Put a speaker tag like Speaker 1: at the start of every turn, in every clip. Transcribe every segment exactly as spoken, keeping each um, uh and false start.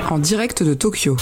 Speaker 1: en direct de Tokyo.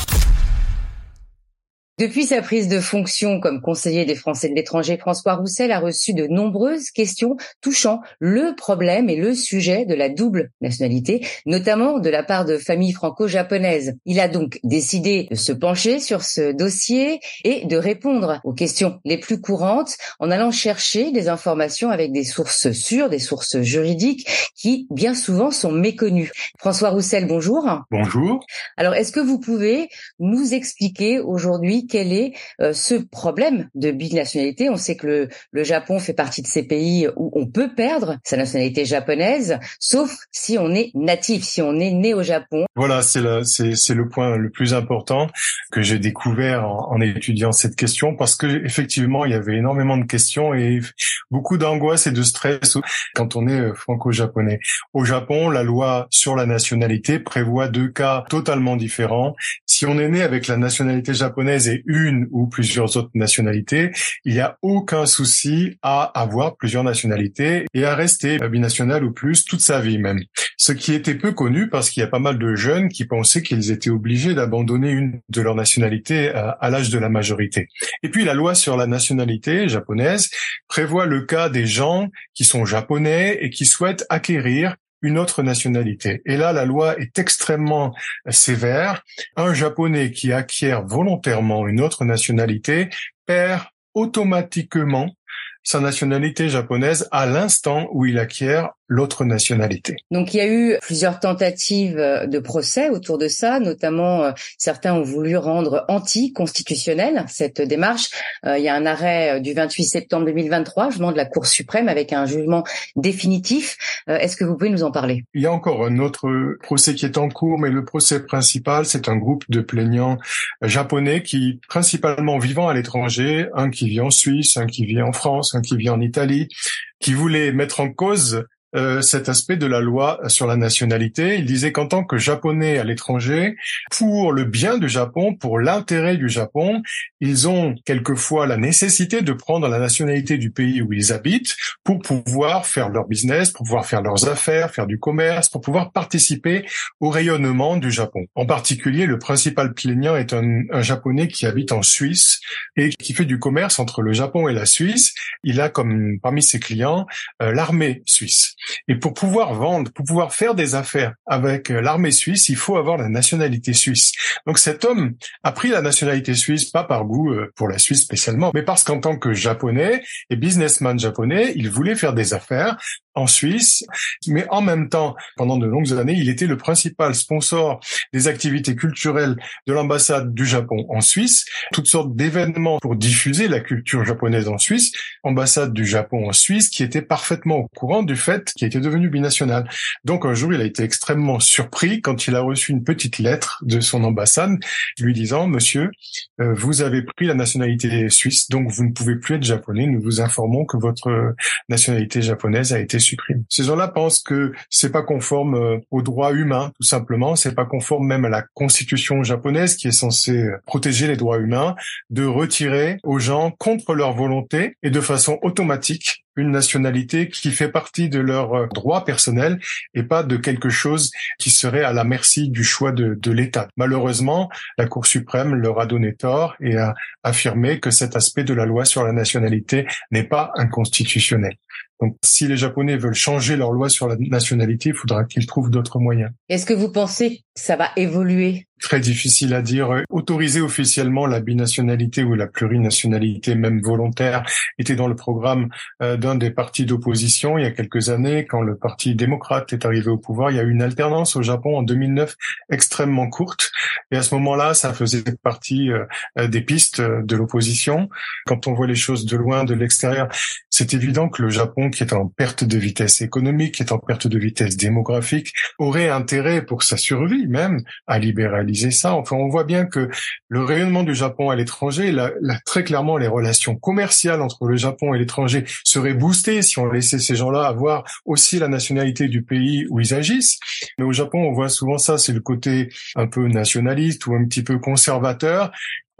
Speaker 2: Depuis sa prise de fonction comme conseiller des Français de l'étranger, François Roussel a reçu de nombreuses questions touchant le problème et le sujet de la double nationalité, notamment de la part de familles franco-japonaises. Il a donc décidé de se pencher sur ce dossier et de répondre aux questions les plus courantes en allant chercher des informations avec des sources sûres, des sources juridiques qui, bien souvent, sont méconnues. François Roussel, bonjour.
Speaker 3: Bonjour.
Speaker 2: Alors, est-ce que vous pouvez nous expliquer aujourd'hui quel est euh, ce problème de binationalité? On sait que le, le Japon fait partie de ces pays où on peut perdre sa nationalité japonaise, sauf si on est natif, si on est né au Japon.
Speaker 3: Voilà, c'est le, c'est, c'est le point le plus important que j'ai découvert en, en étudiant cette question, parce que effectivement, il y avait énormément de questions et beaucoup d'angoisse et de stress quand on est franco-japonais. Au Japon, la loi sur la nationalité prévoit deux cas totalement différents. Si on est né avec la nationalité japonaise et une ou plusieurs autres nationalités, il n'y a aucun souci à avoir plusieurs nationalités et à rester binational ou plus toute sa vie même. Ce qui était peu connu parce qu'il y a pas mal de jeunes qui pensaient qu'ils étaient obligés d'abandonner une de leurs nationalités à, à l'âge de la majorité. Et puis la loi sur la nationalité japonaise prévoit le cas des gens qui sont japonais et qui souhaitent acquérir une autre nationalité. Et là, la loi est extrêmement sévère. Un Japonais qui acquiert volontairement une autre nationalité perd automatiquement sa nationalité japonaise à l'instant où il acquiert l'autre nationalité.
Speaker 2: Donc il y a eu plusieurs tentatives de procès autour de ça, notamment euh, certains ont voulu rendre anticonstitutionnelle cette démarche. Euh, il y a un arrêt du vingt-huit septembre deux mille vingt-trois, justement de la Cour suprême avec un jugement définitif. Euh, est-ce que vous pouvez nous en parler?
Speaker 3: Il y a encore un autre procès qui est en cours, mais le procès principal, c'est un groupe de plaignants japonais qui, principalement vivant à l'étranger, un qui vit en Suisse, un qui vit en France, un qui vit en Italie, qui voulaient mettre en cause Euh, cet aspect de la loi sur la nationalité. Il disait qu'en tant que Japonais à l'étranger, pour le bien du Japon, pour l'intérêt du Japon, ils ont quelquefois la nécessité de prendre la nationalité du pays où ils habitent pour pouvoir faire leur business, pour pouvoir faire leurs affaires, faire du commerce, pour pouvoir participer au rayonnement du Japon. En particulier, le principal plaignant est un, un Japonais qui habite en Suisse et qui fait du commerce entre le Japon et la Suisse. Il a comme parmi ses clients euh, l'armée suisse. Et pour pouvoir vendre, pour pouvoir faire des affaires avec l'armée suisse, il faut avoir la nationalité suisse. Donc cet homme a pris la nationalité suisse, pas par goût pour la Suisse spécialement, mais parce qu'en tant que Japonais et businessman japonais, il voulait faire des affaires en Suisse, mais en même temps, pendant de longues années, il était le principal sponsor des activités culturelles de l'ambassade du Japon en Suisse, toutes sortes d'événements pour diffuser la culture japonaise en Suisse, ambassade du Japon en Suisse, qui était parfaitement au courant du fait qu'il était devenu binational. Donc un jour, il a été extrêmement surpris quand il a reçu une petite lettre de son ambassade lui disant « Monsieur, euh, vous avez pris la nationalité suisse, donc vous ne pouvez plus être japonais, nous vous informons que votre nationalité japonaise a été supprimée. » Ces gens-là pensent que c'est pas conforme euh, aux droits humains, tout simplement, c'est pas conforme même à la constitution japonaise qui est censée protéger les droits humains, de retirer aux gens contre leur volonté et de façon automatique une nationalité qui fait partie de leurs droits personnels et pas de quelque chose qui serait à la merci du choix de, de l'État. Malheureusement, la Cour suprême leur a donné tort et a affirmé que cet aspect de la loi sur la nationalité n'est pas inconstitutionnel. Donc, si les Japonais veulent changer leur loi sur la nationalité, il faudra qu'ils trouvent d'autres moyens.
Speaker 2: Est-ce que vous pensez que ça va évoluer?
Speaker 3: Très difficile à dire. Autoriser officiellement la binationalité ou la plurinationalité, même volontaire, était dans le programme euh, d'un des partis d'opposition il y a quelques années. Quand le Parti démocrate est arrivé au pouvoir, il y a eu une alternance au Japon en deux mille neuf extrêmement courte. Et à ce moment-là, ça faisait partie euh, des pistes de l'opposition. Quand on voit les choses de loin, de l'extérieur, c'est évident que le Japon, qui est en perte de vitesse économique, qui est en perte de vitesse démographique, aurait intérêt pour sa survie même à libéraliser ça. Enfin, on voit bien que le rayonnement du Japon à l'étranger, là, là, très clairement, les relations commerciales entre le Japon et l'étranger seraient boostées si on laissait ces gens-là avoir aussi la nationalité du pays où ils agissent. Mais au Japon, on voit souvent ça, c'est le côté un peu nationaliste ou un petit peu conservateur.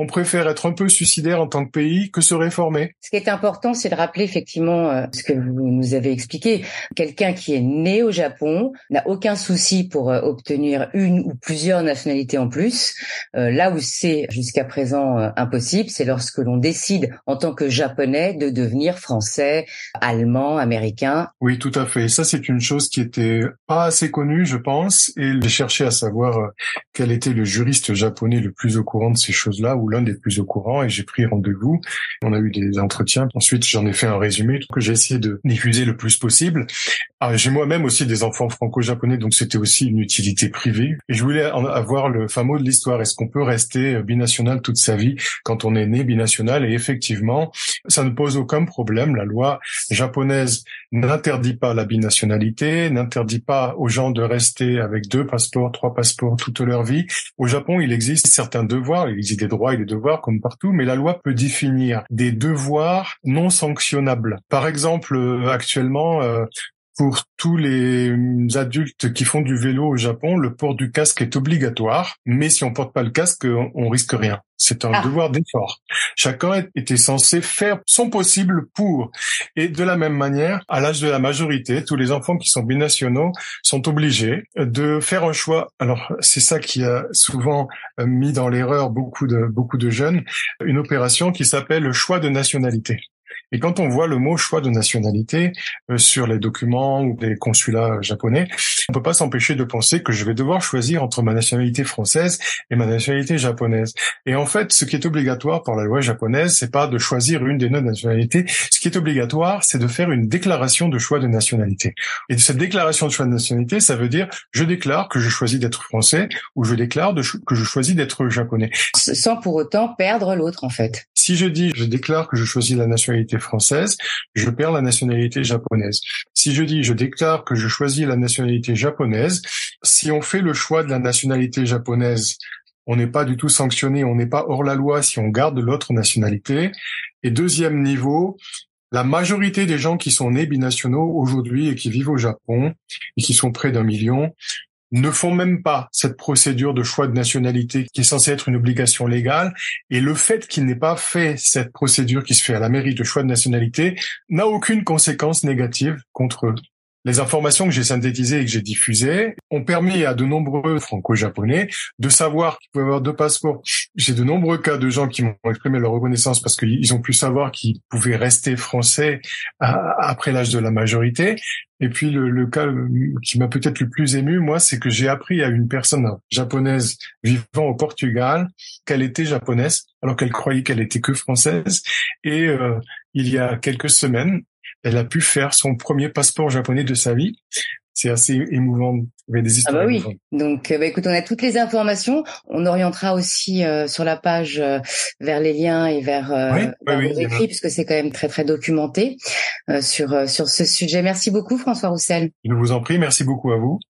Speaker 3: on préfère être un peu suicidaire en tant que pays que se réformer.
Speaker 2: Ce qui est important, c'est de rappeler effectivement euh, ce que vous nous avez expliqué. Quelqu'un qui est né au Japon n'a aucun souci pour euh, obtenir une ou plusieurs nationalités en plus. Euh, là où c'est jusqu'à présent euh, impossible, c'est lorsque l'on décide en tant que Japonais de devenir français, allemand, américain.
Speaker 3: Oui, tout à fait. Et ça, c'est une chose qui était pas assez connue, je pense, et j'ai cherché à savoir euh, quel était le juriste japonais le plus au courant de ces choses-là, ou l'un des plus au courant, et j'ai pris rendez-vous. On a eu des entretiens. Ensuite, j'en ai fait un résumé que j'ai essayé de diffuser le plus possible. Ah, j'ai moi-même aussi des enfants franco-japonais, donc c'était aussi une utilité privée. Et je voulais en avoir le fin mot de l'histoire. Est-ce qu'on peut rester binational toute sa vie quand on est né binational? Et effectivement, ça ne pose aucun problème. La loi japonaise n'interdit pas la binationalité, n'interdit pas aux gens de rester avec deux passeports, trois passeports toute leur vie. Au Japon, il existe certains devoirs, il existe des droits et des devoirs comme partout, mais la loi peut définir des devoirs non sanctionnables. Par exemple, actuellement, euh, pour tous les adultes qui font du vélo au Japon, le port du casque est obligatoire, mais si on porte pas le casque, on, on risque rien. C'est un ah. devoir d'effort. Chacun était censé faire son possible pour. Et de la même manière, à l'âge de la majorité, tous les enfants qui sont binationaux sont obligés de faire un choix. Alors, c'est ça qui a souvent mis dans l'erreur beaucoup de, beaucoup de jeunes, une opération qui s'appelle le choix de nationalité. Et quand on voit le mot choix de nationalité euh, sur les documents ou les consulats japonais, on peut pas s'empêcher de penser que je vais devoir choisir entre ma nationalité française et ma nationalité japonaise. Et en fait, ce qui est obligatoire par la loi japonaise, c'est pas de choisir une des deux nationalités. Ce qui est obligatoire, c'est de faire une déclaration de choix de nationalité. Et cette déclaration de choix de nationalité, ça veut dire je déclare que je choisis d'être français ou je déclare de ch- que je choisis d'être japonais.
Speaker 2: Sans pour autant perdre l'autre, en fait.
Speaker 3: Si je dis je déclare que je choisis la nationalité française, je perds la nationalité japonaise. Si je dis je déclare que je choisis la nationalité japonaise, si on fait le choix de la nationalité japonaise, on n'est pas du tout sanctionné, on n'est pas hors la loi si on garde l'autre nationalité. Et deuxième niveau, la majorité des gens qui sont nés binationaux aujourd'hui et qui vivent au Japon, et qui sont près d'un million, ne font même pas cette procédure de choix de nationalité qui est censée être une obligation légale. Et le fait qu'il n'ait pas fait cette procédure qui se fait à la mairie de choix de nationalité n'a aucune conséquence négative contre eux. Les informations que j'ai synthétisées et que j'ai diffusées ont permis à de nombreux franco-japonais de savoir qu'ils pouvaient avoir deux passeports. J'ai de nombreux cas de gens qui m'ont exprimé leur reconnaissance parce qu'ils ont pu savoir qu'ils pouvaient rester français après l'âge de la majorité. Et puis le, le cas qui m'a peut-être le plus ému, moi, c'est que j'ai appris à une personne japonaise vivant au Portugal qu'elle était japonaise, alors qu'elle croyait qu'elle était que française. Et euh, il y a quelques semaines, elle a pu faire son premier passeport japonais de sa vie. C'est assez émouvant. Il y a des histoires
Speaker 2: ah bah oui.
Speaker 3: émouvantes.
Speaker 2: Donc, bah écoute, on a toutes les informations. On orientera aussi euh, sur la page euh, vers les liens et vers, euh,
Speaker 3: oui,
Speaker 2: vers
Speaker 3: oui,
Speaker 2: vos
Speaker 3: oui,
Speaker 2: écrits, puisque c'est quand même très très documenté euh, sur euh, sur ce sujet. Merci beaucoup, François Roussel.
Speaker 3: Je vous en prie. Merci beaucoup à vous.